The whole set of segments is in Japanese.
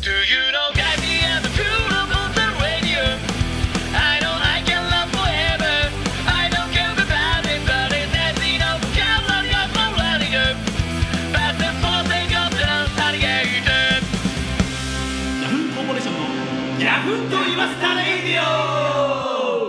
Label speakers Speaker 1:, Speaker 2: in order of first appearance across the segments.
Speaker 1: Do you know got me at the cool of the radio? I know I can love forever. I don't care about it, but it's easy enough. Come on, come on, let it go. But the force they go down, alligator.
Speaker 2: ヤフーコーポレーションのヤフーと言わせたレイディオ。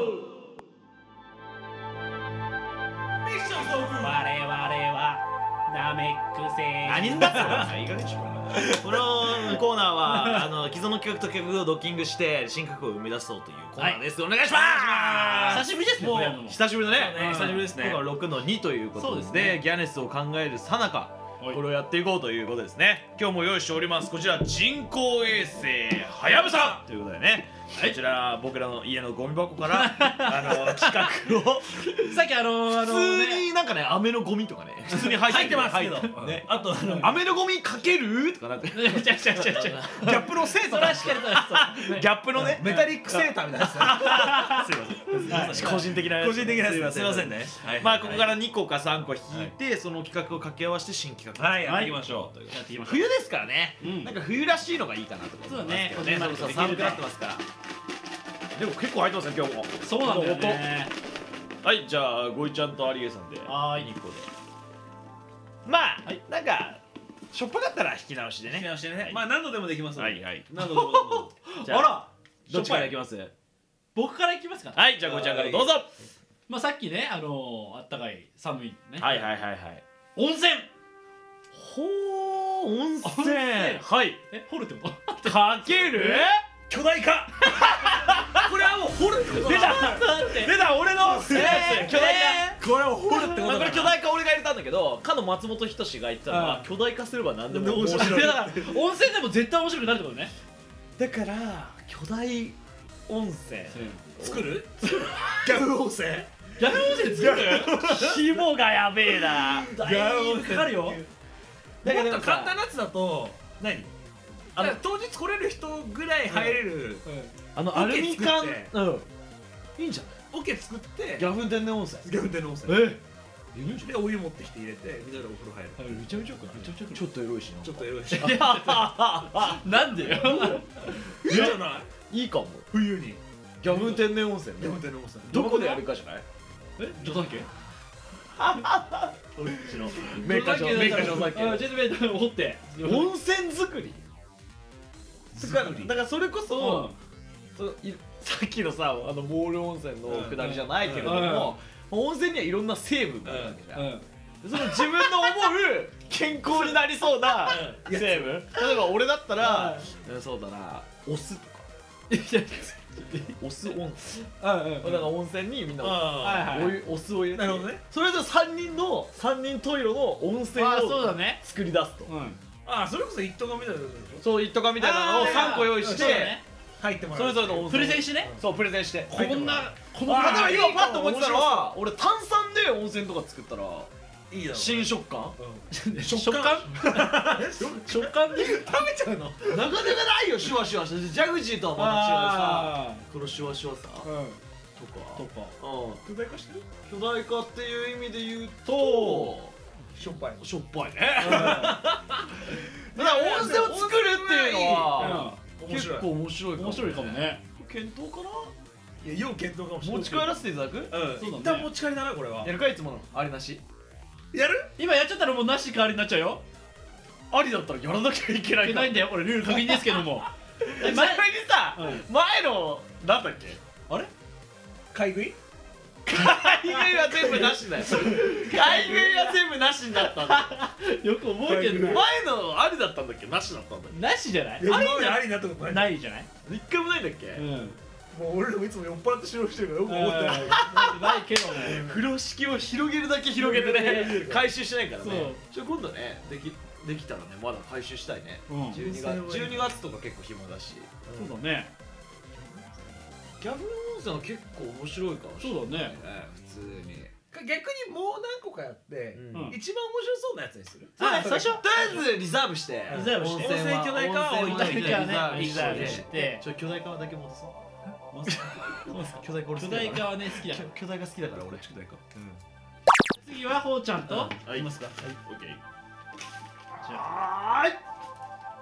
Speaker 2: ミッション遭遇。我々はナメック星。
Speaker 3: 何だそれいい加減にしろこのコーナーは既存の企画と企画をドッキングして新企画を生み出そうというコーナーです、お願いします。
Speaker 2: 久しぶりですね、これやるのも。
Speaker 3: 久しぶりだね、
Speaker 2: そうね久しぶりですね
Speaker 3: 今回は6の2ということ
Speaker 2: そうですね
Speaker 3: ギャネスを考えるさなか
Speaker 2: はい
Speaker 3: これをやっていこうということですね。今日も用意しております。こちら人工衛星はやぶさということでね、こちら僕らの家のゴミ箱から企画を
Speaker 2: さっき
Speaker 3: 普通になんかね飴のゴミとかね普通に入ってますけどね、あと飴のゴミかけるとかなんかギ
Speaker 2: ギャップのセーター。それはしっかりと
Speaker 3: ャップのね
Speaker 4: メタリックセーターみたいなやつ
Speaker 3: すいません個人的なやつ
Speaker 4: 個人的なやつ
Speaker 3: すいません
Speaker 4: ね。
Speaker 3: まあここから2個か3個引いてその企画を掛け合わせて新企画
Speaker 4: はい、やっていきましょう。
Speaker 2: やっていきましょう。
Speaker 3: 冬ですからね、
Speaker 2: うん
Speaker 3: なんか冬らしいのがいいかなと思いますけどね。
Speaker 2: そうだね
Speaker 3: そろそろ寒くなってますから。でも結構入ってますね今日も。
Speaker 2: そうなんだよね。
Speaker 3: はい、じゃあゴイちゃんと有江さんで
Speaker 2: はーい
Speaker 3: 2個で。まあ、
Speaker 2: はい
Speaker 3: なんかしょっぱかったら引き直しでね。
Speaker 4: 引き直してね
Speaker 3: はい
Speaker 4: まあ何度でもできますので
Speaker 3: はいはい。
Speaker 4: 何度でも何度でも
Speaker 3: じゃあ
Speaker 4: あら
Speaker 3: どっちからいきます？
Speaker 2: 僕からいきますか。
Speaker 3: はい、じゃあゴイちゃんからどうぞ。
Speaker 2: まあさっきね、あったかい寒いね。
Speaker 3: はいはいはいはい。
Speaker 2: 温泉。
Speaker 3: ほー温泉。
Speaker 2: 泉
Speaker 3: はい。
Speaker 2: 掘るってこと？
Speaker 3: かける？
Speaker 4: 巨大化これはもう掘るってこと
Speaker 3: 出た出た俺の巨大化。
Speaker 4: これは掘るってこと
Speaker 3: まあ、こ
Speaker 4: だ
Speaker 3: れ巨大化俺が入れたんだけどかの松本人志が言ってたのは
Speaker 2: うん
Speaker 3: 巨大化すれば何でも面
Speaker 4: 面
Speaker 3: 白い
Speaker 4: 白い
Speaker 2: だから温泉でも絶対面白くなるってことね。
Speaker 3: だから巨大温泉
Speaker 4: 作るギャフ温泉
Speaker 2: ギャフ温泉作る？
Speaker 3: 規模がやべえな
Speaker 2: だいぶかかるよ。
Speaker 4: もっと簡単なやつだと何
Speaker 3: あの
Speaker 4: 当日来れる人ぐらい入れる
Speaker 3: アルミ缶
Speaker 4: 作って
Speaker 3: いいんじゃない
Speaker 4: 桶作って
Speaker 3: ギャフン天然温泉
Speaker 4: ギャフン天然温泉
Speaker 3: え
Speaker 4: でお湯持ってきて入れてみんなでお風呂入る
Speaker 2: めちゃめちゃよくない？めちゃめちゃよくない？
Speaker 3: ちょっとエロいしな
Speaker 4: ちょっとエロいし
Speaker 2: なんでよ。
Speaker 4: いいじゃない
Speaker 3: いいかも
Speaker 4: 冬に
Speaker 3: ギャフン天然温泉
Speaker 4: ギャフン天然温泉
Speaker 3: どこでやるかじゃない
Speaker 2: 冗談け？
Speaker 3: 俺っちのメーカー上メーカー上さっき
Speaker 2: あ、ちょっとメーカー掘って。
Speaker 3: 温泉作りだからそれこそさっきのさモール温泉のくだりじゃないけれども温泉にはいろんな成分があるわけじゃんその自分の思う健康になりそうな成分例えば俺だったらそうだなお酢とかお酢温泉だから温泉にみんなお酢を入れて
Speaker 4: なるほどね
Speaker 3: それぞれ3人トイレの温泉
Speaker 2: あ、そう
Speaker 3: を
Speaker 2: だね。
Speaker 3: 作り出すと
Speaker 4: あそれこそ一斗缶みたいなことでしょ
Speaker 3: そう一斗缶みたいなのを3個用意して
Speaker 2: そうだね。
Speaker 4: 入ってもらう
Speaker 3: それぞれの温泉
Speaker 2: プレゼンしてね。
Speaker 3: そうプレゼンして
Speaker 2: こんなこの
Speaker 3: 例
Speaker 4: あ
Speaker 3: えば今パッと思ってたのは俺炭酸で温泉とか作ったら
Speaker 4: いいだろう
Speaker 3: 新食感
Speaker 2: 食感食感で
Speaker 4: 食べちゃうの
Speaker 3: なかなかないよシュワシュワしてジャグジーとはまた違うさ
Speaker 2: あ
Speaker 3: このシュワシュワさと
Speaker 2: ーと
Speaker 3: か
Speaker 2: か。
Speaker 4: 巨大化してる
Speaker 3: 巨大化っていう意味で言うと
Speaker 4: しょっぱい
Speaker 3: しょっぱいねだから温泉を作るっていうのは
Speaker 4: 面白い
Speaker 3: 結構面白いかも
Speaker 2: 面白いかもね。
Speaker 3: 検討かない
Speaker 4: や要検討かもしれない
Speaker 3: 持ち帰らせていただく
Speaker 4: うん
Speaker 2: そうだね
Speaker 4: 一旦持ち帰りだなこれは
Speaker 3: やるかいつものありなし
Speaker 4: やる
Speaker 2: 今やっちゃったらもうなし代わりになっちゃうよ。
Speaker 3: ありだったらやらなきゃいけないい
Speaker 2: ないんだよ、これルール確認ですけども。
Speaker 3: 前にさ
Speaker 2: うん
Speaker 3: 前のなんだっけ
Speaker 2: あれ？
Speaker 4: 買い食い
Speaker 3: 買い食いは全部なしだよ買い食いは全部なしになったんだ
Speaker 2: よく覚えてる
Speaker 3: 前
Speaker 2: な。
Speaker 3: のありだったんだっけなしだったんだっ
Speaker 2: なしじゃない？
Speaker 4: いや今までありになったことない
Speaker 2: ないじゃない？
Speaker 3: け一回もないんだっけ
Speaker 4: もう俺らもいつも酔っ払って指導してるからよく思ってない
Speaker 2: ないけどね。
Speaker 3: 風呂敷を広げるだけ広げてね回収してないからね
Speaker 2: そう
Speaker 3: 今度ねできたらねまだ回収したいね
Speaker 2: うん
Speaker 3: 12月とか結構暇だし
Speaker 2: そうだね。
Speaker 3: ギャブ温泉は結構面白いかもしれない
Speaker 2: そうだね
Speaker 3: 普通に
Speaker 4: 逆にもう何個かやって
Speaker 3: うん
Speaker 4: 一番面白そうなやつにする
Speaker 2: あ最初
Speaker 3: とりあえずリザーブして
Speaker 2: リザーブして
Speaker 3: 温泉は
Speaker 4: 温泉巨大化は置いといて
Speaker 3: 温泉は
Speaker 2: リザーブし
Speaker 3: して
Speaker 2: て
Speaker 3: 巨大化だけ戻そう巨大化俺好
Speaker 2: 巨
Speaker 3: きだから
Speaker 2: 大化はね好きだ。
Speaker 3: 巨大化好きだから俺巨大化
Speaker 2: 次はほうちゃんと。
Speaker 3: いきますかはいオッケー
Speaker 2: じゃあ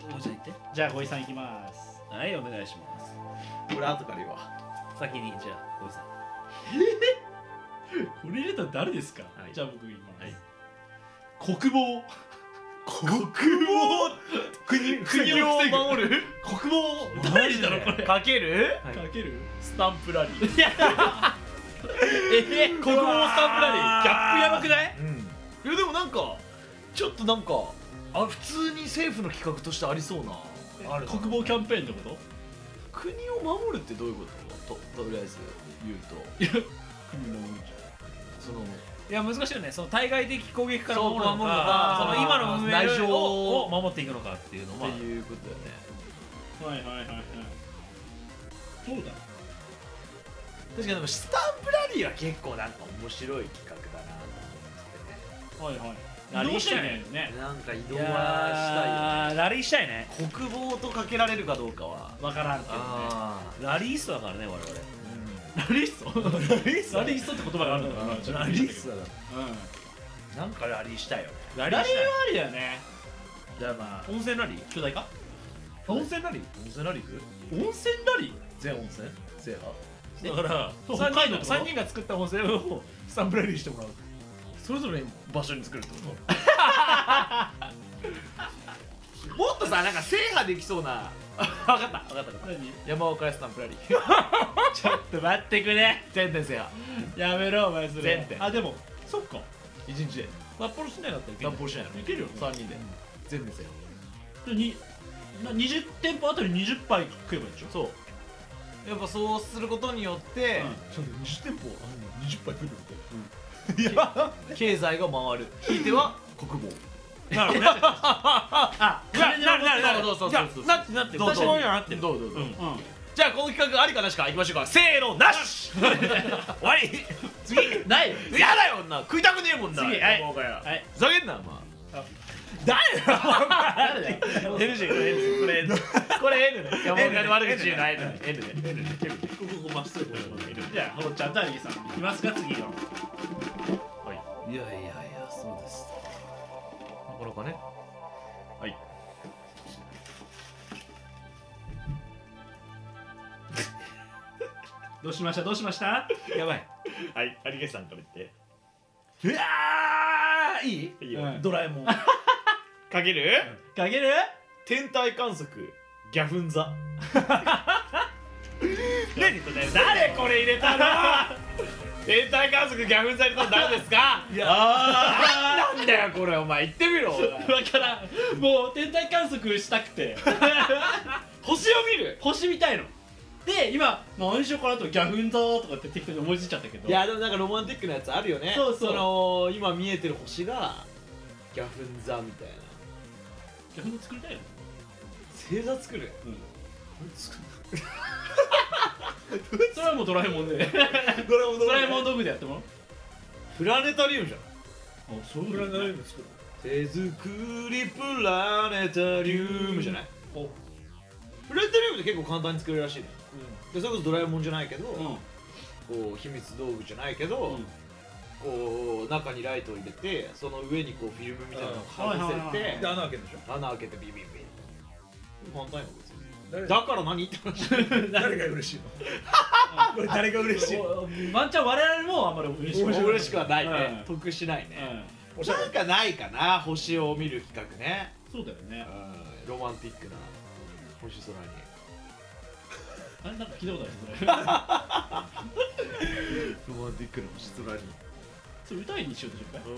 Speaker 4: おじゃあ行って。
Speaker 5: じゃあごいさんいきます。
Speaker 4: はいお願いします。
Speaker 3: 俺後から言うわ。
Speaker 4: 先にじゃあ小井さん。
Speaker 5: これ入れたら誰ですか、
Speaker 3: はい
Speaker 5: じゃあ僕言います、
Speaker 3: はい
Speaker 5: 国防
Speaker 3: 国を守る
Speaker 5: 国防誰だろこれ
Speaker 3: かける
Speaker 5: かける
Speaker 3: スタンプラリー。
Speaker 5: 国防スタンプラリーギャップやばくない？
Speaker 3: いやでもなんかちょっとなんか普通に政府の企画としてありそうなあるな。
Speaker 5: 国防キャンペーンってこと？
Speaker 3: 国を守るってどういうこととりあえず言うと
Speaker 5: いや国の
Speaker 3: その
Speaker 4: いや難しいよね。その対外的攻撃から守るの
Speaker 3: そう守るの
Speaker 4: か、
Speaker 3: か
Speaker 4: その今の運営
Speaker 3: 内情
Speaker 4: を守っていくのかっていうのは。
Speaker 3: っていうことだよね。
Speaker 5: はいはいはいはいそうだ
Speaker 3: 確かにでもスタンプラリーは結構なんか面白い企画だなと思って
Speaker 5: はいはい
Speaker 4: ラリーしたい
Speaker 5: ねね
Speaker 3: なんか移動
Speaker 4: い
Speaker 3: は
Speaker 4: やーラリーしたいね。
Speaker 3: したいよ。国防とかけられるかどうかは
Speaker 5: わからんけどね
Speaker 4: ラリーストだからね我々。
Speaker 5: ラリーストラリーストって言葉があるんだから
Speaker 3: ラリースだ
Speaker 5: うん
Speaker 3: なんかラリーしたいよね。
Speaker 4: ラ
Speaker 5: ラリーは
Speaker 4: したい。
Speaker 5: ありだよね
Speaker 3: じゃあまあ
Speaker 4: 温泉ラリー。
Speaker 5: 巨大化温泉ラリー
Speaker 3: 温泉ラリー行く？
Speaker 5: 温泉ラリー
Speaker 3: 全温泉制覇
Speaker 4: だから
Speaker 5: そう
Speaker 4: 3
Speaker 5: 北海道ってこと
Speaker 4: 人が作った温泉をスタンプラリーしてもらう。
Speaker 3: それぞれ場所に作るってこともっとさなんか制覇できそうな分かった
Speaker 5: 何
Speaker 3: 山岡屋スタンプラリー
Speaker 5: ちょっと待ってくれ
Speaker 3: 全店制覇
Speaker 5: やめろお前それ
Speaker 3: 全店
Speaker 5: あでもそっか
Speaker 3: 1日で
Speaker 5: 札幌市内だったらいける
Speaker 3: 何ポルしないの
Speaker 5: いけるよね
Speaker 3: 3人で全店制覇
Speaker 5: に20店舗あたり20杯食えばいいでしょ
Speaker 3: そうやっぱそうすることによって、
Speaker 5: ちょっと20店舗20杯食える
Speaker 3: 経済が回るひいては国防
Speaker 5: なるほどねあ金で守って
Speaker 3: なるそう
Speaker 4: じゃあなってなって
Speaker 3: どう
Speaker 4: 私も今なってる。
Speaker 3: どうぞ
Speaker 5: うん
Speaker 3: じゃあこの企画ありかなしかいきましょうかせーのなし終わり次
Speaker 5: ない
Speaker 3: やだよ女食いたくねえもんだ
Speaker 5: 次はい
Speaker 3: 山岡屋
Speaker 5: はい
Speaker 3: ふざけんなお前
Speaker 5: 誰だよ
Speaker 3: NG これ N ね山岡の悪口言うの N ね N ね
Speaker 5: こまっすぐじゃあほろちゃんとアリーさんいきますか次は
Speaker 3: いやそうですなかなかね
Speaker 5: はいどうしました
Speaker 3: やばいはい有毛さんから言って
Speaker 5: うわーいい
Speaker 3: いいよ
Speaker 5: ドラえもん
Speaker 3: かける
Speaker 5: かける
Speaker 3: 天体観測ギャフン座
Speaker 5: 誰これ入れたの
Speaker 3: 天体観測ギャフン座入れたの誰ですか
Speaker 5: いや
Speaker 3: なんだよこれお前言ってみろ
Speaker 5: わからんもう天体観測したくて
Speaker 3: 星を見る
Speaker 5: 星見たいので今何しようかなとギャフン座とかって適当に思いついちゃったけど
Speaker 3: いやでもなんかロマンティックなやつあるよね
Speaker 5: そうそう
Speaker 3: の今見えてる星がギャフン座みたいな
Speaker 5: ギャフン座作りたいの
Speaker 3: 星座作る
Speaker 5: それはもうドラえもんでドラえもん道具でやってもらおう
Speaker 3: プラネタリウムじゃん
Speaker 5: あそうプラネタリウム作る
Speaker 3: 手作りプラネタリウムじゃない
Speaker 5: お
Speaker 3: プラネタリウムって結構簡単に作れるらしいねでそれこそドラえもんじゃないけど、
Speaker 5: うん
Speaker 3: こう秘密道具じゃないけど、こう中にライトを入れてその上にこうフィルムみたいなのをかぶせて
Speaker 5: で
Speaker 2: 穴開けるでしょ。
Speaker 3: 穴開けてビビビ簡単よ別にだから何って話
Speaker 2: 誰が嬉しいの？これ誰が嬉しいの？
Speaker 5: ワンチャン我々もあんまり嬉しくない
Speaker 3: 嬉しくはないね、
Speaker 5: うん
Speaker 3: 得しないね、
Speaker 2: おしゃれ
Speaker 3: なんかないかな星を見る企画ね、
Speaker 5: そうだよね
Speaker 3: ロマンティックな星空に
Speaker 5: あれなんか聞いたことある
Speaker 3: ロマンティックな星空に
Speaker 5: それ歌いにしようとしてるか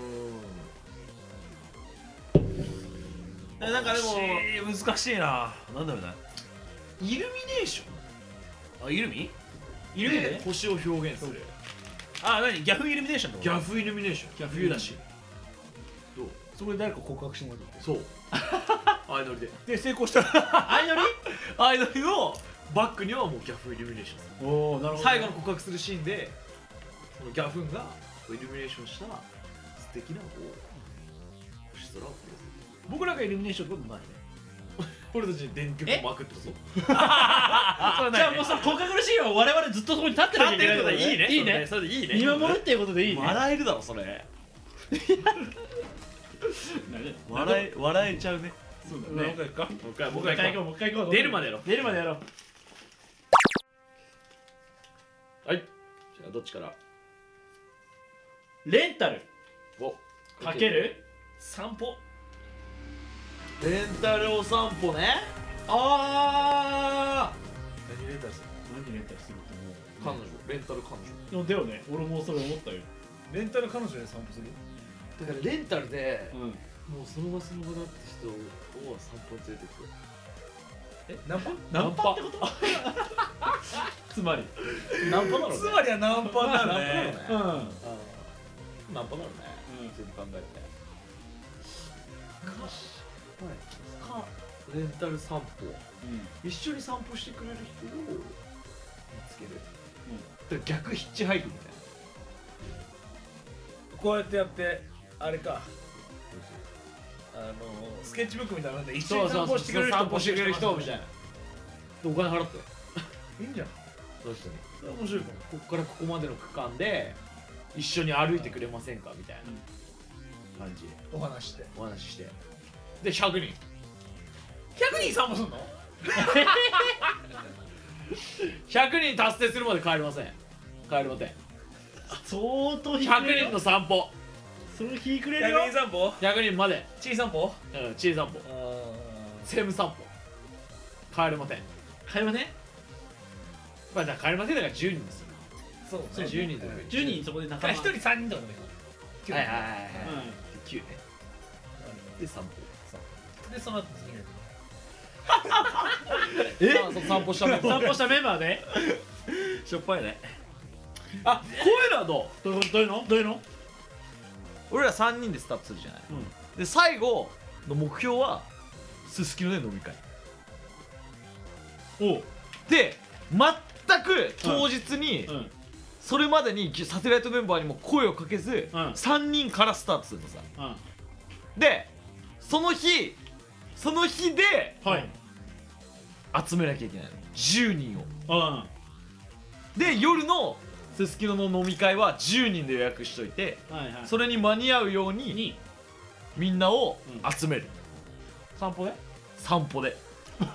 Speaker 3: なんかでも
Speaker 4: 難しいな。なんだろうな。
Speaker 3: イルミネーション
Speaker 4: あイルミ？
Speaker 5: いる
Speaker 3: で星を表現する
Speaker 4: あ何ギャフイルミネーションってこと？
Speaker 3: ギャフイルミネーション
Speaker 5: ギャフ
Speaker 3: 冬だしどう
Speaker 4: そこで誰か告白してもらって。
Speaker 3: そう相乗りで
Speaker 4: で成功したら
Speaker 5: 相乗り
Speaker 3: 相乗りのバックにはもうギャフイルミネーション
Speaker 5: おおなるほど
Speaker 3: 最後の告白するシーンでそのギャフンがイルミネーションした素敵なこう星空をプレゼン
Speaker 4: 僕らがイルミネーションってことないね。
Speaker 3: ト俺たちに電極を巻くってこと
Speaker 5: じゃあもうその告白のシーンは我々ずっとそこに立ってなきゃいけないってことねいいね
Speaker 3: それでいいね
Speaker 5: 見守るっていうことでいいね
Speaker 3: 笑えるだろそれ笑えちゃうね
Speaker 5: そうだ
Speaker 4: もう
Speaker 5: ね
Speaker 4: 一回行くか。
Speaker 5: もう一回行こうもう一回行こう
Speaker 3: 出るまでやろう。
Speaker 5: 出るまでやろう
Speaker 3: はい。じゃあどっちから？
Speaker 5: レンタル
Speaker 3: お
Speaker 5: かける
Speaker 4: 散歩。
Speaker 3: レンタルお散歩ね。
Speaker 5: あ
Speaker 4: 何レンタルする
Speaker 5: 何レンタルすると思う
Speaker 3: 彼女、レンタル彼女。
Speaker 5: でもだよね俺もそれ思ったよ
Speaker 4: レンタル彼女で散歩する。
Speaker 3: だからレンタルで
Speaker 5: うん
Speaker 3: もうその場その場だって人を散歩連れてく。
Speaker 4: ナンパ
Speaker 5: ナンパってことつまり
Speaker 3: ナンパだろうね。
Speaker 4: つまりはナンパだね。
Speaker 5: うん
Speaker 3: ナンパだろうね。
Speaker 5: うん
Speaker 3: 全部考えて。かレンタル散歩。一緒に散歩してくれる人を見つける。だから逆ヒッチハイクみたいな。
Speaker 4: こうやってやってあれか。スケッチブックみたいなので一緒に散歩してくれる人
Speaker 3: 散歩してくれる人みたいな。でお金払って。
Speaker 4: いいんじゃん。
Speaker 3: その人に。
Speaker 4: それ面白いかも。
Speaker 3: ここからここまでの区間で一緒に歩いてくれませんかみたいな感じで
Speaker 4: お話して。
Speaker 3: お話しして。で100人。
Speaker 4: 100人散歩すんの
Speaker 3: 100人達成するまで帰りません。帰りません。
Speaker 5: 相当引く
Speaker 3: 100
Speaker 5: れるよ
Speaker 3: 人の散歩。
Speaker 5: それ引くれるよ
Speaker 4: 100人散歩
Speaker 3: 100人まで。
Speaker 4: チー散歩
Speaker 3: チー散歩。セーム散歩。帰りません。
Speaker 5: 会話ね
Speaker 3: まあだから帰りませんだから10人ですよ。
Speaker 4: そう
Speaker 3: それ10人で
Speaker 5: 10人そこで仲間
Speaker 4: 1人3人とかでもいいか
Speaker 3: はいはいはいはい。
Speaker 5: う
Speaker 3: 9ね。で散歩。
Speaker 4: でその後次
Speaker 3: え？その散歩したメンバー。
Speaker 5: 散歩したメンバーで
Speaker 3: しょっぱいね。あ、こういうのはどう？
Speaker 5: どういうのどういうの
Speaker 3: 俺ら3人でスタートするじゃない。
Speaker 5: うん
Speaker 3: で最後の目標はすすきので飲み会。
Speaker 5: おう
Speaker 3: で全く当日に
Speaker 5: うん
Speaker 3: それまでにサテライトメンバーにも声をかけず
Speaker 5: うん
Speaker 3: 3人からスタートするのさ。
Speaker 5: うん
Speaker 3: でその日で
Speaker 5: はい
Speaker 3: 集めなきゃいけないの10人を。
Speaker 5: うん
Speaker 3: で夜のすすきのの飲み会は10人で予約しといて
Speaker 5: はいはい
Speaker 3: それに間に合うように
Speaker 5: に
Speaker 3: みんなを集める。
Speaker 5: 散歩で
Speaker 3: 散歩で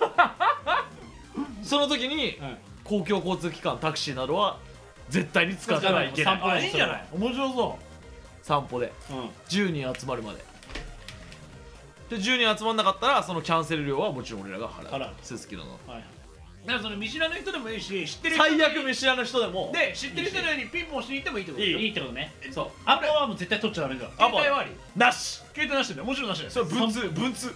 Speaker 3: その時に公共交通機関タクシーなどは絶対に使ってはいけない。
Speaker 5: 散歩
Speaker 4: あいいんじゃない
Speaker 5: 面白そ
Speaker 3: 散歩で
Speaker 5: ううん
Speaker 3: 10人集まるまでで10人集まんなかったらそのキャンセル料はもちろん俺らが払う。
Speaker 5: 払う
Speaker 3: すすきのの
Speaker 5: はい
Speaker 4: だからその見知らない人でもいいし知ってる人
Speaker 3: 最悪見知らぬ人でも
Speaker 4: で知ってる人のようにピンポンしに行ってもいいってこと
Speaker 3: いい
Speaker 5: いいってことね
Speaker 3: そう
Speaker 5: アポはもう絶対取っちゃダメだ
Speaker 3: アポ
Speaker 4: 携帯はあり
Speaker 3: なし。
Speaker 4: 携帯なしでもちろんなしで
Speaker 3: それ文通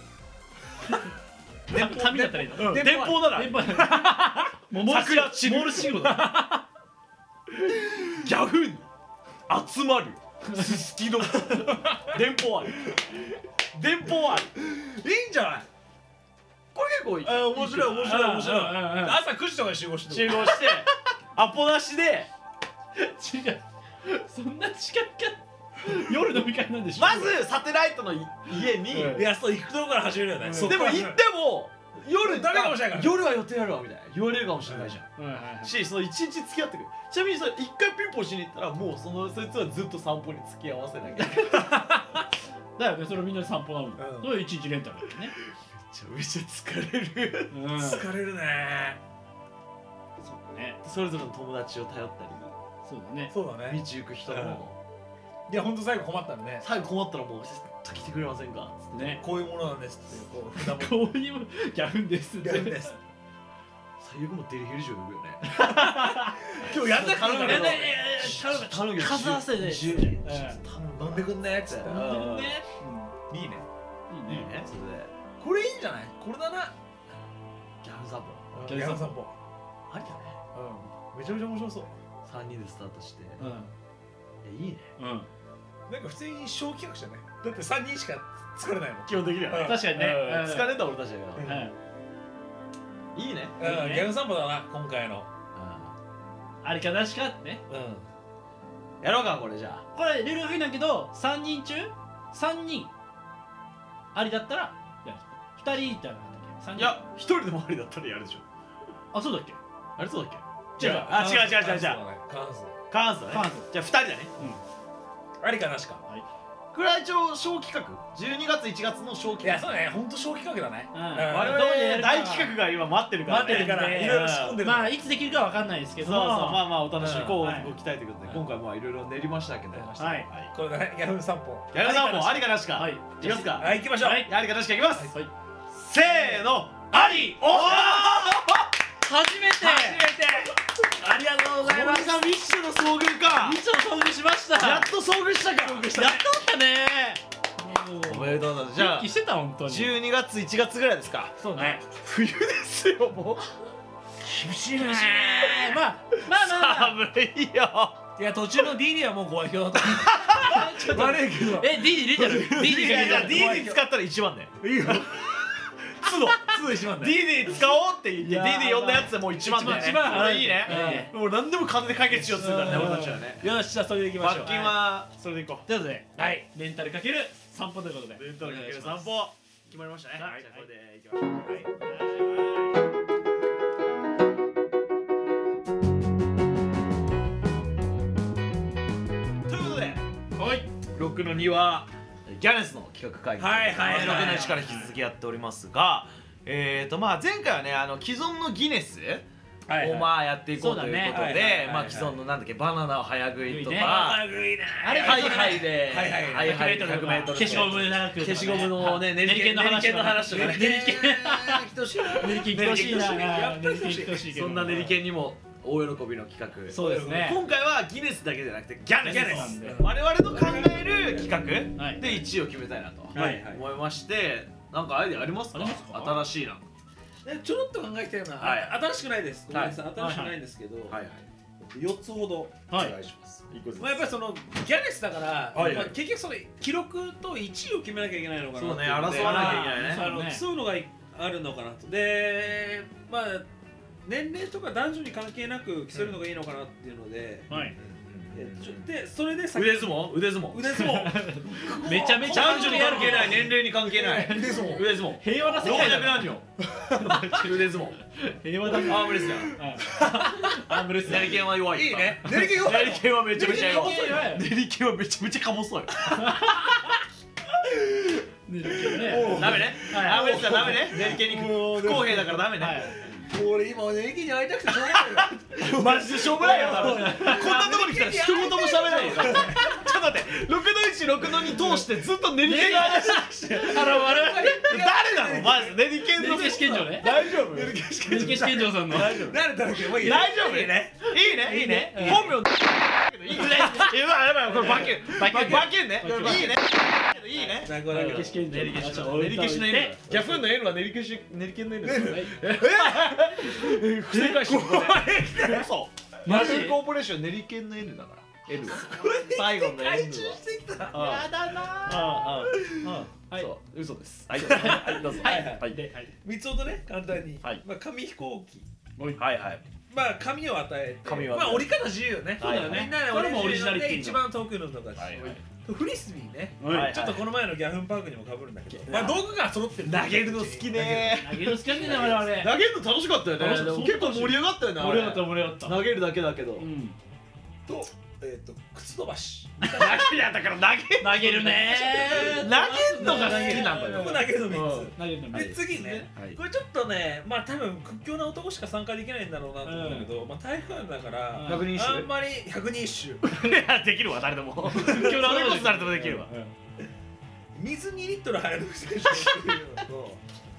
Speaker 5: 紙だったらいいの
Speaker 3: 電報なら
Speaker 5: 電波もうモール
Speaker 3: 桜散る
Speaker 5: モール信号だ
Speaker 3: ギャフン集まるすすきの電報ある電報ある。
Speaker 4: いいんじゃない
Speaker 3: これ結構いい。
Speaker 4: 面白い面白い面白い
Speaker 5: うんうんうん
Speaker 4: 朝9時とかに集合して
Speaker 3: 集合してアポなしで
Speaker 5: 違うそんな時間か夜飲み会なんでしょ
Speaker 3: まずサテライトの家に、
Speaker 5: うん
Speaker 4: いやそう行くとこから始めるよね
Speaker 5: うん
Speaker 3: でも行っても夜
Speaker 4: ダメかもしれないから
Speaker 3: 夜は予定あるわみたいな言われるかもしれないじゃん、
Speaker 5: はいはいはい
Speaker 3: しその1日付き合ってくる。ちなみにそれ1回ピンポンしに行ったらもうそいつはずっと散歩に付き合わせなきゃいけない
Speaker 5: だよねそれみんなで散歩なのに
Speaker 4: うん
Speaker 5: それ一日レンタルだよね
Speaker 3: めちゃめちゃ疲れる
Speaker 5: うん
Speaker 4: 疲れるね
Speaker 5: そうだね
Speaker 3: それぞれの友達を頼った
Speaker 5: そうだね
Speaker 4: そうだ
Speaker 3: り道行く人も
Speaker 4: いやほんと最後困ったらね
Speaker 3: 最後困ったらもうちょっと来てくれませんかつって
Speaker 5: ね
Speaker 4: こういうものなんですっていうこう札
Speaker 5: こういうギャフンですって
Speaker 4: やるんです
Speaker 3: 最悪もうデリヘル嬢呼ぶよね
Speaker 4: 今日やんなくていいから
Speaker 3: 頼むけど
Speaker 4: 頼む
Speaker 3: 頼むけど
Speaker 5: 数合わせで
Speaker 3: 10人
Speaker 4: 飲んでくんねっつって
Speaker 5: うんね
Speaker 4: いいね
Speaker 5: いいね
Speaker 3: ねそれで
Speaker 4: これいいんじゃないこれだな
Speaker 3: ギャフ散歩
Speaker 4: ギャル散歩
Speaker 3: ありだね。
Speaker 4: めちゃめちゃ面白そう
Speaker 3: 3人でスタートして
Speaker 5: うん
Speaker 3: いいね。
Speaker 5: うん
Speaker 4: なんか普通に小企画じゃないだって3人しか作れないもん
Speaker 3: 基本的にはね
Speaker 4: うん
Speaker 5: 確かにねうん
Speaker 3: 疲れた俺たちだか
Speaker 4: うん
Speaker 3: らいいね。
Speaker 4: ギャル散歩だな今回の
Speaker 5: ありかなしかってね
Speaker 3: やろうかこれじゃ
Speaker 5: これルール不利だけど3人中3人ありだったらやる2人ってあるんだっけ3人
Speaker 3: あ。いや1人でもありだったらやるでしょ。
Speaker 5: あそうだっけ
Speaker 3: あれそうだっ
Speaker 5: 違う
Speaker 3: あ違う
Speaker 4: 過半数
Speaker 3: 過半数ね。
Speaker 5: 過半数
Speaker 3: じゃあ2人だね。
Speaker 4: ありかなしか
Speaker 5: はい
Speaker 3: これは一応小企画12月1月の小
Speaker 4: いや
Speaker 3: 企画
Speaker 4: そうねほんと小企画だね
Speaker 5: うん
Speaker 3: 我々大企画が今待ってるからね
Speaker 4: 待ってるからいろいろ仕込んでる
Speaker 5: まあいつできるかわかんないですけど
Speaker 3: そうそうまあまあお楽しみ
Speaker 5: うん
Speaker 3: こう
Speaker 5: はい
Speaker 3: ご期待ということで今回もいろいろ練りましたけど
Speaker 5: はい
Speaker 4: これだねギャフン散歩
Speaker 3: ギャルさんもありかなしか
Speaker 5: はい
Speaker 3: いきますか
Speaker 4: はい行きましょう
Speaker 5: はい
Speaker 3: ありかなしかいきます
Speaker 5: はい
Speaker 3: せーの
Speaker 4: ありお
Speaker 5: 初めてありがとうございます
Speaker 3: これがミッシュの遭遇か
Speaker 5: 一応遭遇しました
Speaker 3: やっと遭遇したか
Speaker 5: やっとったね
Speaker 3: おめでとうございますじゃあ
Speaker 5: 元気してた本当に
Speaker 3: 12月1月ぐらいですか
Speaker 5: そうね
Speaker 3: 冬ですよもう
Speaker 4: 厳しいね
Speaker 5: まあまあまあ
Speaker 3: 寒いよ
Speaker 4: いや途中の DD はもうご愛嬌だった悪いけど
Speaker 5: え D 入れてる D 入れてる
Speaker 3: DD 使ったら1番ね
Speaker 4: いいよ
Speaker 3: 都度
Speaker 4: すぐ一番だよ
Speaker 3: DD 使おうって言って
Speaker 5: いやー
Speaker 3: DD 呼んだやつでもう1番だよね
Speaker 5: 一番
Speaker 3: これいいねもう何でも金で解決しようとするからね
Speaker 5: うん
Speaker 3: 俺たちはね
Speaker 5: よしじゃあそれでいきましょう
Speaker 3: 罰金はそれでいこう
Speaker 5: ということではいレンタルかける散歩ということで
Speaker 3: レンタルかける散歩決まりましたね
Speaker 5: はい
Speaker 3: じゃあこれでいきましょうということで
Speaker 5: はい
Speaker 3: 6の2はギャネスの企画会議
Speaker 4: はいはいはい
Speaker 3: 6の1から引き続きやっておりますがまあ前回はね既存のギネスをまあやっていこうということ
Speaker 5: そうだね
Speaker 3: でまあ既存のなんだっけバナナを早食いと
Speaker 5: ね
Speaker 3: か
Speaker 4: 悪いな
Speaker 5: あれ
Speaker 3: ハイハイで
Speaker 4: はいはい
Speaker 3: ハイハイで 100m
Speaker 5: 消しゴム長く
Speaker 3: 消しゴムのね練り剣の話とかね
Speaker 5: 練り剣
Speaker 4: 等しいな
Speaker 5: 練り剣来てほしいな
Speaker 4: やっぱり
Speaker 5: 練り剣来てほしいけど
Speaker 3: そんな練り剣にも大喜びの企画
Speaker 5: そうですね
Speaker 3: 今回はギネスだけじゃなくてギャネス
Speaker 5: ギャネスなんで
Speaker 3: 我々の考える企画
Speaker 5: はい
Speaker 3: で1位を決めたいなと
Speaker 5: はい
Speaker 3: 思いましてなんかアイデアありますか
Speaker 5: ありますか
Speaker 3: 新しいな
Speaker 4: ちょろっと考えたような
Speaker 3: はい
Speaker 4: 新しくないですごめんなさい
Speaker 5: はい
Speaker 4: 新しくないんですけど
Speaker 3: はい
Speaker 4: 4つほど
Speaker 5: はい
Speaker 3: お願いします一個ずつ
Speaker 4: まあやっぱりそのギャネスだから
Speaker 3: はい
Speaker 4: まあ結局その記録と1位を決めなきゃいけないのかな
Speaker 3: そうね
Speaker 4: っていので
Speaker 3: 争わなきゃいけないね
Speaker 5: そうね
Speaker 4: 競うのがあるのかなとでまあ年齢とか男女に関係なく競うのがいいのかなっていうので
Speaker 5: はい
Speaker 4: でそれで先
Speaker 3: 腕相撲腕相撲
Speaker 4: 腕相撲
Speaker 5: めちゃめちゃ
Speaker 3: 男女に関係ない年齢に関係ない
Speaker 4: 腕相撲
Speaker 3: 腕相撲
Speaker 5: 平和な世
Speaker 3: 老
Speaker 5: 界だな
Speaker 3: 若男女腕相撲
Speaker 5: 平和だな
Speaker 3: アームレスや
Speaker 5: アームレス
Speaker 3: 練り剣は弱い
Speaker 4: いいね練り剣弱い
Speaker 3: 練り剣はめちゃめちゃ弱い
Speaker 5: 練り剣弱い
Speaker 3: 練り剣はめちゃめちゃか細い
Speaker 5: 練り剣ね
Speaker 3: ダメね
Speaker 5: はい
Speaker 3: アームレスはダメね練り剣に不公平だからダメ
Speaker 5: はい
Speaker 3: ね
Speaker 4: 俺今練り剣に会いたくてしょうがないよ
Speaker 3: マジでしょうもないよ多分こんなとこに来たら一言も喋れないよちょっと待って6の16の2通してずっと練り剣の話して
Speaker 5: 我々
Speaker 3: 誰なのまず練り剣の
Speaker 5: 練り剣試験場ね
Speaker 3: 大丈夫
Speaker 5: 練り剣試験場さんの
Speaker 3: 大丈夫
Speaker 4: 誰だっけもういい
Speaker 3: 大丈夫
Speaker 4: いいね
Speaker 3: いいねいいね
Speaker 5: うん
Speaker 3: 本名いいねやばいやばいこれバケンバケンねいいねいいね
Speaker 4: なんかなんか
Speaker 5: 練り剣試験場
Speaker 3: 練り剣の練り剣の N ギャフンの N は練り剣の N 不正解しここで嘘
Speaker 5: マジ
Speaker 3: コーポレーション練り剣の N だから N 最後の N は
Speaker 4: 回収してきた
Speaker 5: やだなはい
Speaker 3: そう嘘ですはいどうぞ
Speaker 5: はい
Speaker 3: はい
Speaker 5: ではい
Speaker 4: 三つほどね簡単に
Speaker 3: はい
Speaker 4: まあ紙飛行機
Speaker 3: はいはい
Speaker 4: まあ紙を与えて
Speaker 3: 紙を与えて
Speaker 4: まあ折り方自由よね
Speaker 3: そうだよね
Speaker 4: みんなで
Speaker 5: これもオリジナリティの
Speaker 4: で一番遠くの人たち
Speaker 3: はいはい
Speaker 4: フリスビーね
Speaker 3: はい
Speaker 4: ちょっとこの前のギャフンパークにも被るんだけどまあ道具が揃ってる
Speaker 3: 投げるの好きね
Speaker 5: 投げる好きなんだよ我々
Speaker 3: 投げるの楽しかったよね
Speaker 5: 楽しかった
Speaker 3: 結構盛り上がったよねあれ
Speaker 5: 盛り上がった盛り上がった
Speaker 3: 投げるだけだけど
Speaker 5: うん
Speaker 4: と靴飛ばし
Speaker 3: 投げやだから
Speaker 5: 投げるね
Speaker 3: 投げるのが好きなんだよ
Speaker 4: 僕投げるの3
Speaker 5: 投げるの
Speaker 4: つで次ね
Speaker 3: はい
Speaker 4: これちょっとねまあ多分屈強な男しか参加できないんだろうなと思うんだけどまあ体育館だから
Speaker 3: 100人一首
Speaker 4: あんまり100人一首
Speaker 3: いやできるわ誰でもそれこそ誰でもできるわ
Speaker 4: 水2リットル入る選手っていうのと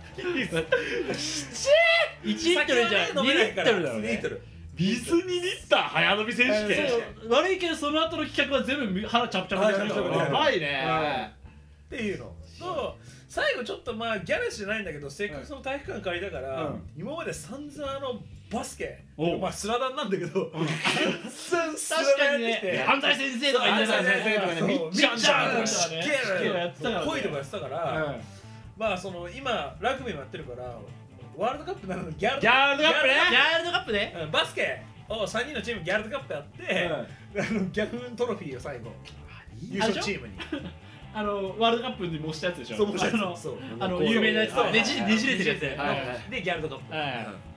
Speaker 5: 1リットルじゃ2リットルだよ
Speaker 4: 2リッ
Speaker 5: ね
Speaker 4: トル
Speaker 3: 水2リッター早飲み選手権
Speaker 5: そう悪いけどその後の企画は全部腹チャプチャプでしたから
Speaker 3: やばいね
Speaker 4: っていうのと最後ちょっとまあギャレスじゃないんだけどせっかくその体育館借りたから今まで散々バスケ
Speaker 5: お
Speaker 4: まあスラダンなんだけど
Speaker 5: 確かにね安西先生とか言ってたね
Speaker 3: みっちゃんじゃん
Speaker 4: みっちゃんしっけ
Speaker 5: やってたからね
Speaker 4: 恋とかやってたからまあその今ラグビーもやってるからワールドカップなのギャル
Speaker 3: ギャルドカップね
Speaker 5: ギャールドカップね
Speaker 4: うんバスケを3人のチームギャルドカップやってギャフントロフィーを最後優勝チームに
Speaker 5: ワールドカップにもしたやつでしょ
Speaker 4: そう
Speaker 5: あの
Speaker 4: そう
Speaker 5: 有名なやつ
Speaker 3: はい
Speaker 5: ねじれてるやつ
Speaker 3: はいはい
Speaker 4: でギャルドカップ
Speaker 5: はい
Speaker 4: っ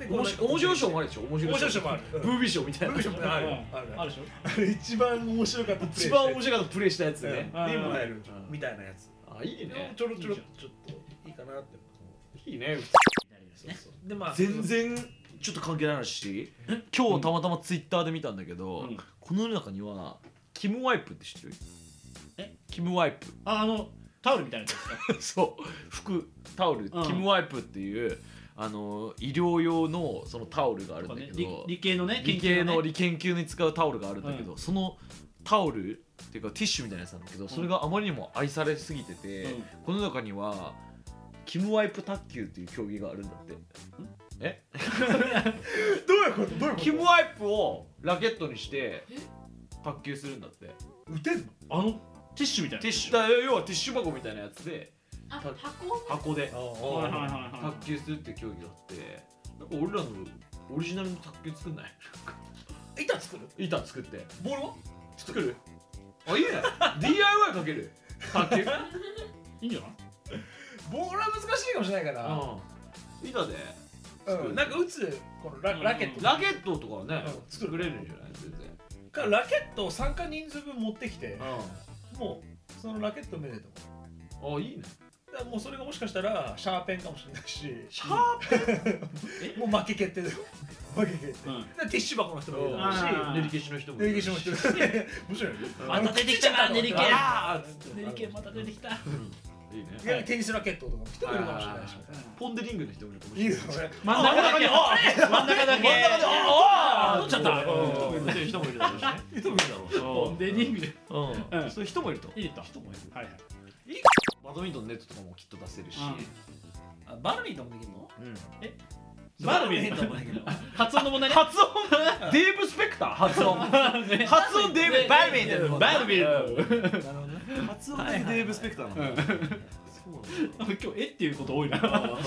Speaker 4: で
Speaker 3: 面白い賞もあるでしょ。面
Speaker 4: 面白い賞もある。
Speaker 3: ブービー賞みたいな。
Speaker 4: ブービー賞もある
Speaker 5: うん
Speaker 4: ある
Speaker 5: あるでしょ。
Speaker 4: あれ一番面白かった
Speaker 3: 一番面白かったプレイしたやつね。
Speaker 5: うん
Speaker 4: でもらえる
Speaker 3: うん
Speaker 4: みたいなやつ。
Speaker 3: あ、いいね。
Speaker 4: ちょっといいかなって。
Speaker 3: いいね。
Speaker 4: でまあ
Speaker 3: 全然ちょっと関係ない話。今日たまたまツイッターで見たんだけど、
Speaker 5: うん
Speaker 3: この世の中にはキムワイプって知ってる？
Speaker 5: え？
Speaker 3: キムワイプ。
Speaker 5: タオルみたいなやつですか。
Speaker 3: そう、服タオル、
Speaker 5: うん
Speaker 3: キムワイプっていう医療用のそのタオルがあるんだけど、
Speaker 5: 理系のね、
Speaker 3: 理系の
Speaker 5: 研究
Speaker 3: 研究に使うタオルがあるんだけど、そのタオルっていうかティッシュみたいなやつなんだけど、それがあまりにも愛されすぎてて、
Speaker 5: うん
Speaker 3: この中にはキムワイプ卓球っていう競技があるんだって。え？
Speaker 4: どういうこと
Speaker 3: キムワイプをラケットにして卓球するんだって。
Speaker 4: 打てんの？
Speaker 5: ティッシュみたいな。
Speaker 3: ティッシュ要はティッシュ箱みたいなやつで
Speaker 6: あ、
Speaker 3: た
Speaker 6: 箱
Speaker 3: 箱で
Speaker 5: はいはいはいはい。
Speaker 3: 卓球するっていう競技があって、なんか俺らのオリジナルの卓球作んない？
Speaker 4: 板作る？
Speaker 3: 板作って
Speaker 4: ボールは？
Speaker 3: 作る？あ、いいね。DIY かける卓球。
Speaker 5: いいんじゃない？
Speaker 4: ボールは難しいかもしれないから。
Speaker 3: うん。板で
Speaker 4: なんか打つこのラケット。
Speaker 3: ラケットとかはね、
Speaker 4: うん
Speaker 3: 作れるんじゃない？全然。
Speaker 4: からラケットを参加人数分持ってきて、
Speaker 3: う
Speaker 4: もうそのラケット目でと思う。
Speaker 3: ん。あ、いいね。
Speaker 4: だからもうそれがもしかしたらシャーペンかもしれないし、
Speaker 3: シャー
Speaker 4: もう負け決定だよ。負け決定。
Speaker 5: うん
Speaker 4: でティッシュ箱の人もいるだろうし、
Speaker 5: あー
Speaker 3: 練り消しの人も。
Speaker 4: 練り消しも人もいる。面白いよね。
Speaker 5: また出てきたな、練り系。
Speaker 3: あーっつって
Speaker 5: 練り系また出てきた。
Speaker 3: いいね。
Speaker 4: いやテニスラケットとかも人もいるかもしれないし。
Speaker 3: ポンデリングの人もいるかもし
Speaker 4: いい
Speaker 3: れない。
Speaker 4: ですよね。
Speaker 5: 真ん中だけ。真ん中だけ。取っちゃった。
Speaker 3: そういう人もいるだろうしね。人もいるだろうし。
Speaker 5: ポンデリングで。
Speaker 3: うん。そういう人もいると。
Speaker 5: いいと。
Speaker 3: 人もいる。
Speaker 5: はいはい。
Speaker 3: バドミントンネットとかもきっと出せるし。
Speaker 4: あバドミントンもできるの？
Speaker 3: うん。
Speaker 5: バドミントンもできる。発音の問題ね。
Speaker 3: 発音デーブ・スペクター発音発音デーブ・バドミントン
Speaker 5: バドミントン。
Speaker 3: なるほどね発音デーブ・スペクターなんだそうなんだ
Speaker 5: 今日っていうこと多いな。
Speaker 4: なるほど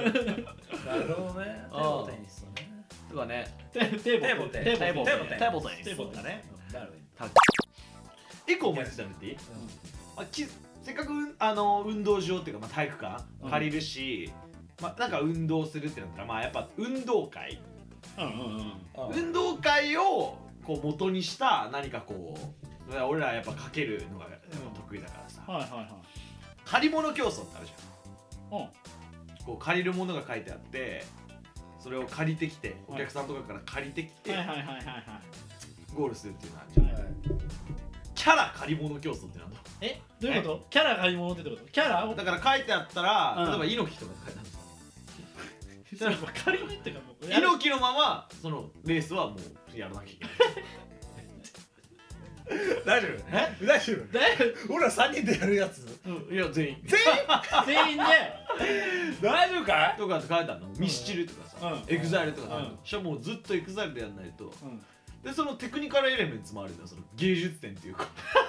Speaker 4: ね。テニスとね。
Speaker 3: とかね
Speaker 5: テーボテ。
Speaker 3: テーボテニス
Speaker 5: テーボだね。
Speaker 4: バドミン
Speaker 3: 一個思いついたのっていいせっかく運動場っていうか体育館借りるしなんか運動するってなったらやっぱ運動会
Speaker 4: トン。
Speaker 3: 運動会をこう元にした何かこう俺らやっぱかけるのが得意だからさ
Speaker 5: はいはいはい。
Speaker 3: 借り物競争ってあるじゃん
Speaker 5: うん。
Speaker 3: こう借りるものが書いてあってそれを借りてきてお客さんとかから借りてきて
Speaker 5: はいはいはいはいはい。
Speaker 3: ゴールするっていうのあるじゃないキャラ借り物競争ってなんだ
Speaker 5: え、どういうこと？キャラ借り物ってどういうこと？キャラを
Speaker 3: だから書いてあったら
Speaker 5: うん
Speaker 3: 例えば猪木とか書いてある
Speaker 5: 借りにってかもう。
Speaker 3: 猪木のままそのレースはもうやらなきゃいけない
Speaker 4: 大丈夫？大丈夫？俺ら3人でやるやつ。
Speaker 3: いや全員
Speaker 5: 全員で。
Speaker 4: 大丈夫かい？
Speaker 3: とかって書いてあるのミスチルとかさ
Speaker 5: うん
Speaker 3: エグザイルとかさ
Speaker 5: うん
Speaker 3: しかももうずっとエグザイルでやんないと
Speaker 5: うん。
Speaker 3: でそのテクニカルエレメンツもあるんだよその芸術点っていうか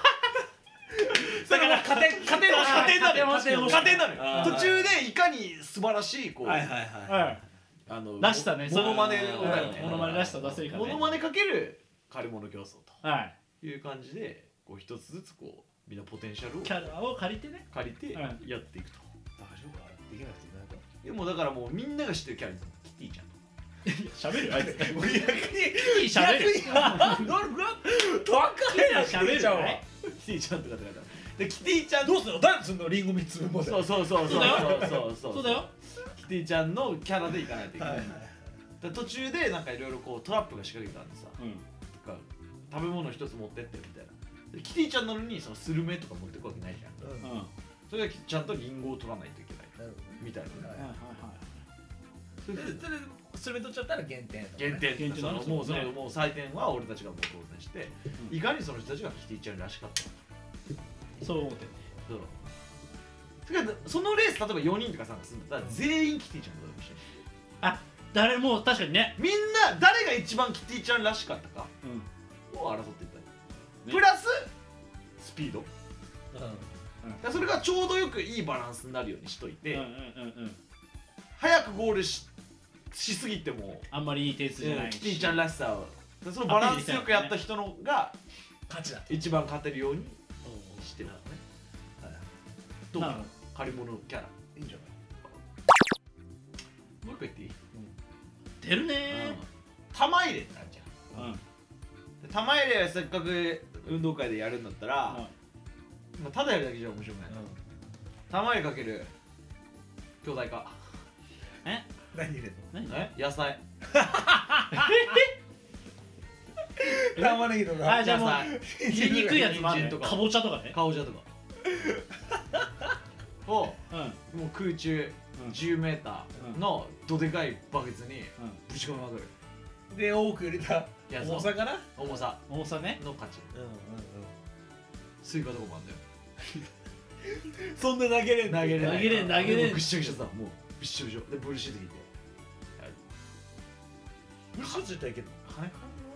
Speaker 5: だから
Speaker 3: 加点なのよ
Speaker 5: 加点
Speaker 3: 加点なのよ
Speaker 4: あー
Speaker 3: 途中でいかに素晴らしいこう
Speaker 4: はい。
Speaker 5: はい。
Speaker 3: ら
Speaker 5: らしさね。
Speaker 3: モノマネをだよね
Speaker 5: モノマネらしさ出せるからね。
Speaker 3: モノマネかける借り物競争
Speaker 5: はい。
Speaker 3: という感じでこう一つずつこうみんなポテンシャルを
Speaker 5: キャラを借りてね。
Speaker 3: 借りて
Speaker 5: うん
Speaker 3: やっていくと
Speaker 4: 大丈夫かい？できなくてなんか。
Speaker 3: でもだからもうみんなが知ってるキャラですキティちゃん
Speaker 5: 喋るよあいつ。
Speaker 4: 逆に
Speaker 5: 喋る。
Speaker 4: 高いな
Speaker 5: 喋る
Speaker 4: ちゃんは。
Speaker 3: キティちゃんとかって書いてあるでキティちゃん
Speaker 4: どうすんの？誰すんの？リンゴ3つ分まで。
Speaker 3: そうそう
Speaker 5: そうだよ
Speaker 3: そう
Speaker 5: そうだよ。
Speaker 3: キティちゃんのキャラでいかないといけないい、
Speaker 4: ははい。
Speaker 3: で途中でなんかいろいろこうトラップが仕掛けてあるんでさ、
Speaker 5: うん。
Speaker 3: とか食べ物一つ持ってってみたいなでキティちゃんなのにそのスルメとか持ってくわけないじゃん
Speaker 5: うん。
Speaker 3: それがちゃんとリンゴを取らないといけない
Speaker 4: なるほどね。
Speaker 3: みたいな、
Speaker 4: はい
Speaker 3: それで
Speaker 4: それそれ取っちゃったら減点とかね。
Speaker 3: 減点
Speaker 5: 減点
Speaker 3: その
Speaker 5: なのそうね
Speaker 3: もう採点は俺たちがもう当然して、
Speaker 5: うん
Speaker 3: いかにその人たちがキティちゃんらしかった
Speaker 5: そう思ってる。
Speaker 3: そうてかそのレース例えば4人とか参加するんだったら全員キティちゃんとかだし
Speaker 5: あ、誰も確かにね。
Speaker 3: みんな誰が一番キティちゃんらしかったか
Speaker 5: うん。
Speaker 3: を争っていったり、
Speaker 5: ね
Speaker 3: プラススピードだか
Speaker 4: う
Speaker 3: らそれがちょうどよくいいバランスになるようにしといて、
Speaker 5: うんうんうんうん。
Speaker 3: 早くゴールしすぎても、
Speaker 5: あんまりいい点数じゃないし。
Speaker 3: キティちゃんらしさをそのバランスよくやった人のが
Speaker 4: ん。勝ちだ。
Speaker 3: 一番勝てるようにしてるのね、どうかな
Speaker 5: なるほ
Speaker 3: 借り物キャラ
Speaker 4: いいんじゃない？
Speaker 3: もう一個言っていい
Speaker 5: テてるね
Speaker 3: 玉入れってあるじゃん。
Speaker 5: うん
Speaker 3: で玉入れせっかく運動会でやるんだったら、まあ、ただやるだけじゃ面白くない、玉入れかける兄弟化
Speaker 5: え
Speaker 4: 何入れる
Speaker 5: 何
Speaker 3: 野菜
Speaker 4: の？玉ねぎとか。
Speaker 5: あじゃあもう入れにくいやつもあるね
Speaker 3: 人参とか
Speaker 5: かぼちゃとかね
Speaker 3: かぼちゃとかを
Speaker 5: うん
Speaker 3: もう空中10メーターのどでかいバケツにぶち込みまくる
Speaker 4: で多く入れた
Speaker 3: やつ
Speaker 4: 重さかな。
Speaker 3: 重さ
Speaker 5: 重さね
Speaker 3: の勝ち。
Speaker 4: うんうん
Speaker 3: スイカとかもあんだよ。
Speaker 4: うん。そんな投げれんの？
Speaker 3: 投げれない
Speaker 5: 投げれん投げれん
Speaker 3: もうぐっしゃぐしゃさ、もうびっしょびしょでブルーシート引いて
Speaker 4: ブルーシートついたらいけるの？
Speaker 3: 金か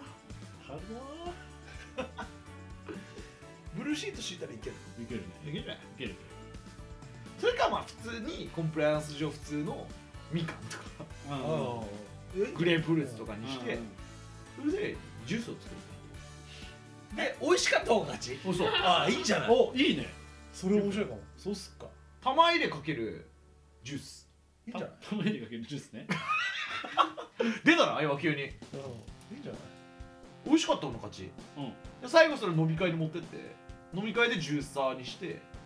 Speaker 4: ブルーシート敷いたらいける
Speaker 5: いけるね
Speaker 3: かんないいけるじゃない。
Speaker 5: いける
Speaker 3: それかまあ普通にコンプライアンス上普通のみかんとか
Speaker 4: の？
Speaker 3: グレープフルーツとかにしてそれでジュースを作る。
Speaker 4: で美味しかった方が勝ち。
Speaker 3: そうそう
Speaker 4: ああいいんじゃない？
Speaker 5: おいいね
Speaker 4: それ面白いかも。そうっすか。
Speaker 3: 玉入れかけるジュース
Speaker 4: いいんじゃない？
Speaker 5: 玉ねぎかけるジュースね
Speaker 3: 出たな今急に。
Speaker 4: うん。いいんじゃない？
Speaker 3: 美味しかった方の勝ち。
Speaker 5: うん
Speaker 3: で最後それ飲み会に持ってって飲み会でジューサーにして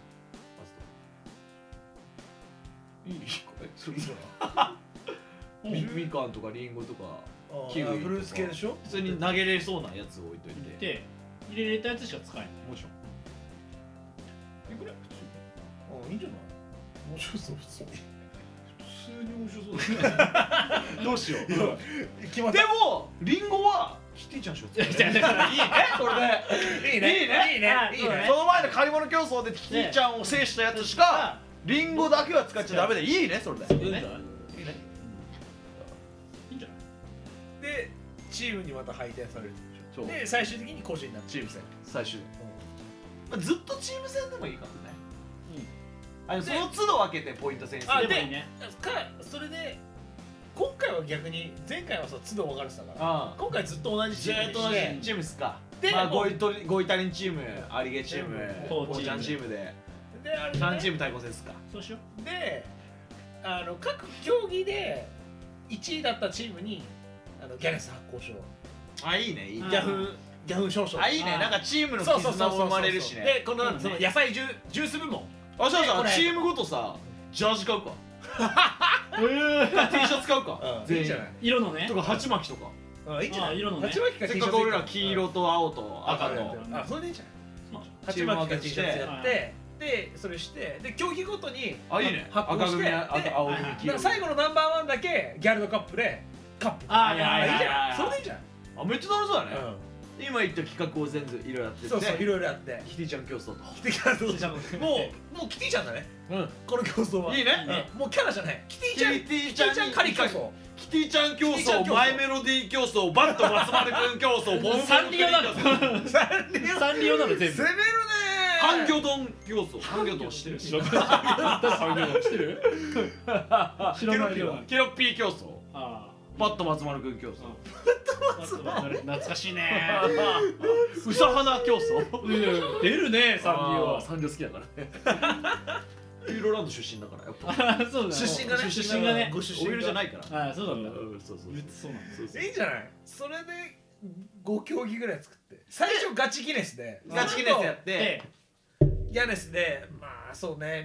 Speaker 3: いいこれそれみかんとかリンゴとかキウイとか
Speaker 4: フルーツ系でしょ？
Speaker 3: 普通に投げれそうなやつを置いといて
Speaker 5: で入れれたやつしか使えない
Speaker 3: もちろんいくら
Speaker 4: いいんじゃない？面白そう普通に。
Speaker 3: 普通に面白そうだねどうしよう
Speaker 4: 決まっ
Speaker 3: でもリンゴはキティちゃんしよういいねそれで
Speaker 4: いいね
Speaker 3: いいね
Speaker 4: いいねいいね。
Speaker 3: その前の借り物競争でキティちゃんを制したやつしかリンゴだけは使っちゃダメでいいねそれで
Speaker 5: いいね
Speaker 3: いいね
Speaker 5: いいんじゃない
Speaker 4: でチームにまた配点されるでし
Speaker 3: そう
Speaker 4: ょ。で最終的に個人になるチーム戦。
Speaker 3: 最終ずっとチーム戦でもいいかもね
Speaker 5: うん
Speaker 3: その都度分けてポイント戦にする
Speaker 5: でもいいね
Speaker 4: それで今回は逆に前回はさ都度分かれてたから
Speaker 3: あ
Speaker 4: 今回ずっと同じチ
Speaker 3: ず
Speaker 4: ームに
Speaker 3: っと同じ
Speaker 4: して
Speaker 3: チームっすか
Speaker 4: で
Speaker 3: まあ
Speaker 4: もう
Speaker 3: ゴイタリンチームアリゲチーム
Speaker 5: こう
Speaker 3: こうちゃんチームで
Speaker 4: であれで
Speaker 3: 3チーム対抗戦っすか
Speaker 5: そうしよ
Speaker 4: で各競技で1位だったチームにギャレス発行賞
Speaker 3: あいいねいいね
Speaker 5: うん
Speaker 4: ギャフン少将
Speaker 3: あいいねなんかチームの
Speaker 4: そうそうそう
Speaker 3: 絆も生まれるしね
Speaker 4: でこの
Speaker 5: そうね
Speaker 4: その野菜ジュース部門
Speaker 3: あそうそう
Speaker 4: これ
Speaker 3: チームごとさジャージ買うか
Speaker 5: う
Speaker 3: T シャツ買うか全員
Speaker 4: いいじゃない
Speaker 5: 色のね
Speaker 3: とか鉢巻きとか
Speaker 4: いいんじゃない
Speaker 5: 色のね
Speaker 4: 鉢巻きか
Speaker 3: せ
Speaker 4: T
Speaker 3: っ
Speaker 4: シャツ
Speaker 3: かく俺ら黄色と青と赤と
Speaker 4: それでいいじゃない鉢
Speaker 3: チーム
Speaker 4: 巻きか
Speaker 3: 分け
Speaker 4: T
Speaker 3: し
Speaker 4: シャツや
Speaker 3: て
Speaker 4: ってでそれしてで競技ごとに
Speaker 3: あいいね
Speaker 4: 発行してで
Speaker 3: 赤青組黄
Speaker 4: だか
Speaker 3: 色
Speaker 4: ら最後のナンバーワンだけギャルドカップでカップ
Speaker 5: あ
Speaker 3: いやいやいや
Speaker 4: いいじゃんそれでいいじゃん
Speaker 3: あめっちゃ楽しそうだね今言った企画を全部いろいろやってて
Speaker 4: そうそういろいろやって
Speaker 3: キティちゃん競争と
Speaker 4: キティちゃんもうキティちゃんだね
Speaker 3: うん
Speaker 4: この競争はい
Speaker 3: いね
Speaker 4: もうキャラじゃないキティちゃん
Speaker 3: キティちゃん
Speaker 4: 狩り競争
Speaker 3: キティちゃん競
Speaker 4: キティちゃん競争
Speaker 3: 争マイメロディー競争バット松丸くん競争ボンボン
Speaker 5: サンリオなの
Speaker 4: サンリオ
Speaker 5: サンリオなの全部
Speaker 4: 攻めるね
Speaker 3: ハンギョドン競争ハンギョドンしてる
Speaker 5: 知らない産業知ってる知らないよ
Speaker 3: ケロッピー競争
Speaker 5: あ
Speaker 3: バット松丸くん競争
Speaker 5: あ懐かしいね
Speaker 3: ウサハナ競争
Speaker 5: 出るねサンリオ
Speaker 3: サンリオ好きだからねピューロランド出身だからやっぱ
Speaker 5: あそうだ
Speaker 4: 出身がね
Speaker 5: 出身がね
Speaker 4: ご出身
Speaker 3: オイルじゃないから
Speaker 5: あそうなんだ
Speaker 3: そうそう
Speaker 5: そうなんだ
Speaker 3: そうそう
Speaker 4: いいんじゃないそれで5競技ぐらい作って最初ガチギネスで
Speaker 3: ガチギネスやって
Speaker 5: で
Speaker 4: ギャネスでまあそうね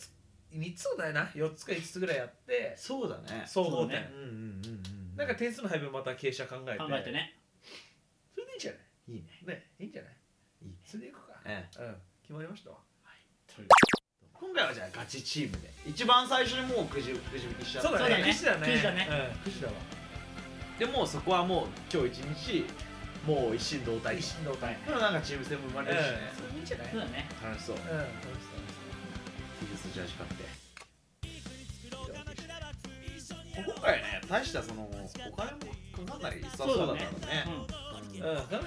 Speaker 4: 3つだよな4つか5つぐらいやって
Speaker 3: そうだね
Speaker 4: 総合点
Speaker 5: そうだね
Speaker 4: なんか点数の配分また傾斜考えて
Speaker 5: 考えてね
Speaker 4: それでいいんじゃない
Speaker 3: いいね
Speaker 4: ねいいんじゃない
Speaker 3: いいね
Speaker 4: それでいくか
Speaker 3: ええ
Speaker 4: 決まりましたわ
Speaker 3: 今回はじゃあガチチームで一番最初にもうくじ引きしちゃって
Speaker 4: そうだね9時だね
Speaker 5: 9時だね
Speaker 4: 9時だわ
Speaker 3: でもうそこはもう今日一日もう一心同体
Speaker 4: 一心同体
Speaker 3: でもなんかチーム戦も生まれるしね
Speaker 4: それいいんじゃない
Speaker 5: そうだね
Speaker 3: 楽しそう
Speaker 4: うん
Speaker 3: T シャツジャージ買って今回ね大したそのお金もかかんないそうだからね
Speaker 4: うんダメじゃないか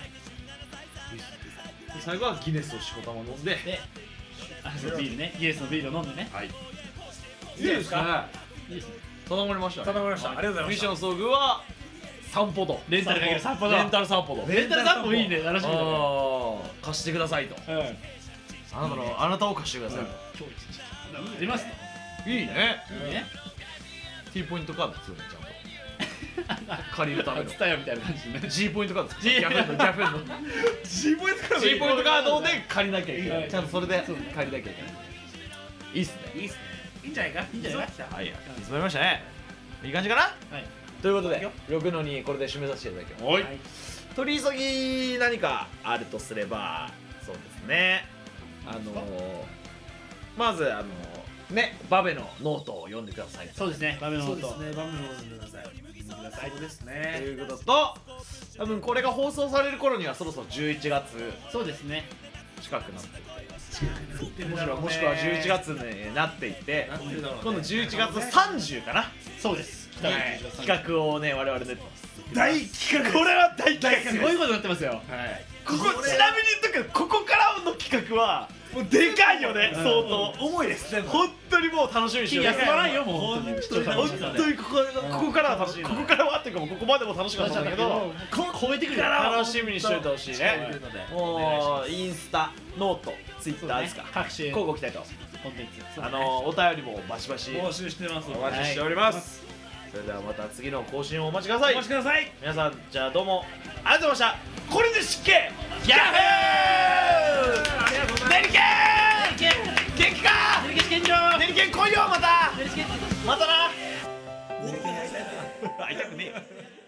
Speaker 3: 最後はギネスをしこたま飲んで
Speaker 5: でそうビールねギネスのビールを飲んでね
Speaker 3: はいい
Speaker 4: いいですか
Speaker 5: いいですね
Speaker 3: 頼まれました
Speaker 4: 頼まれましたありがとうございました
Speaker 3: ミッション遭遇は散歩と
Speaker 5: レンタルかける散歩だ
Speaker 3: レンタル散歩と
Speaker 5: レンタル散歩いいね楽しみだね
Speaker 3: 貸してくださいとあなたを貸してください
Speaker 5: 今日一日やります
Speaker 3: いいね
Speaker 5: いいね
Speaker 3: T ポイントカード必要ねちゃんと借りるための
Speaker 5: ツタヤみたいな感じでね
Speaker 3: G ポイントカードギャフンの
Speaker 4: G ポイントカード
Speaker 3: G ポイントカードで借りなきゃいけな
Speaker 5: はいい
Speaker 3: ちゃんとそれで借りなきゃいけないいいっすね
Speaker 4: いいっすねいいんじゃないか
Speaker 5: いいんじゃないか
Speaker 3: はい詰めましたねいい感じかな
Speaker 5: はい
Speaker 3: ということで6の2これで締めさせていただきます
Speaker 4: はい
Speaker 3: 取り急ぎ何かあるとすればそうですねまずねバベのノートを読んでください
Speaker 5: そうですねバメの
Speaker 4: そう
Speaker 5: 音
Speaker 4: ですね番組を読んでくださいそうです
Speaker 3: と
Speaker 4: ね
Speaker 3: いうことと多分これが放送される頃にはそろそろ11月
Speaker 5: そうですね
Speaker 3: 近くなっていてもしくは11月になっていて
Speaker 4: なんていうんだろうね
Speaker 3: 今度11月30かな
Speaker 5: そうです
Speaker 3: はい企画をね我々で
Speaker 4: 大企画
Speaker 3: これは大企画
Speaker 5: すごいことになってますよ
Speaker 4: はい
Speaker 3: ここちなみに言っとくけどここからの企画はもうでかいよね相当
Speaker 4: 重いですね
Speaker 3: 本当にもう楽しみにして
Speaker 5: 気
Speaker 3: る
Speaker 5: 休まらんよもう本当に視聴者の
Speaker 3: 本
Speaker 5: 皆さん
Speaker 3: 当にここからは楽しいここからはっていうかもうここまでも楽しかったんだけど
Speaker 5: 超えてくる
Speaker 3: 楽しみにしておいてほしいねもうインスタノートツイッターですか
Speaker 5: 各種
Speaker 3: 交互期待と
Speaker 5: コンテンツ
Speaker 3: お便りもバシバシ
Speaker 4: 募集してます
Speaker 3: お待ちしておりますそれではまた次の更新をお待ちください
Speaker 4: お待ちください
Speaker 3: 皆さんじゃあどうもありがとうございましたこれで失敬ヤッホーデリケン元気か
Speaker 5: デリケン健常
Speaker 3: デリケン来いよまた
Speaker 5: デリケン
Speaker 3: またな会いたくねえよ